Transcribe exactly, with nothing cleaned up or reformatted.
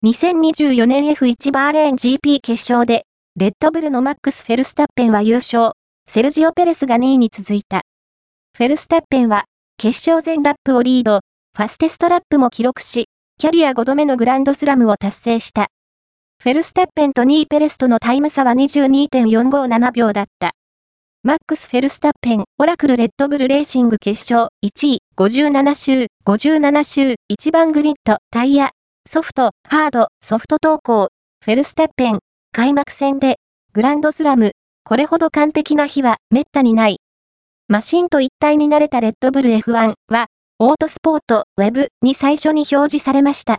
にせんにじゅうよねん エフワン バーレーン ジーピー 決勝で、レッドブルのマックス・フェルスタッペンは優勝、セルジオ・ペレスがにいに続いた。フェルスタッペンは、決勝全ラップをリード、ファステストラップも記録し、キャリアごどめのグランドスラムを達成した。フェルスタッペンとにいペレスとのタイム差は にじゅうにてんよんごーなな 秒だった。マックス・フェルスタッペン、オラクルレッドブルレーシング決勝いちい、ごじゅうなな周、ごじゅうなな周、いちばんグリッド、タイヤ、ソフト、ハード、ソフト投稿、フェルスタッペン、開幕戦で、グランドスラム、これほど完璧な日は滅多にない。マシンと一体になれたレッドブル エフワン は、オートスポート、ウェブに最初に表示されました。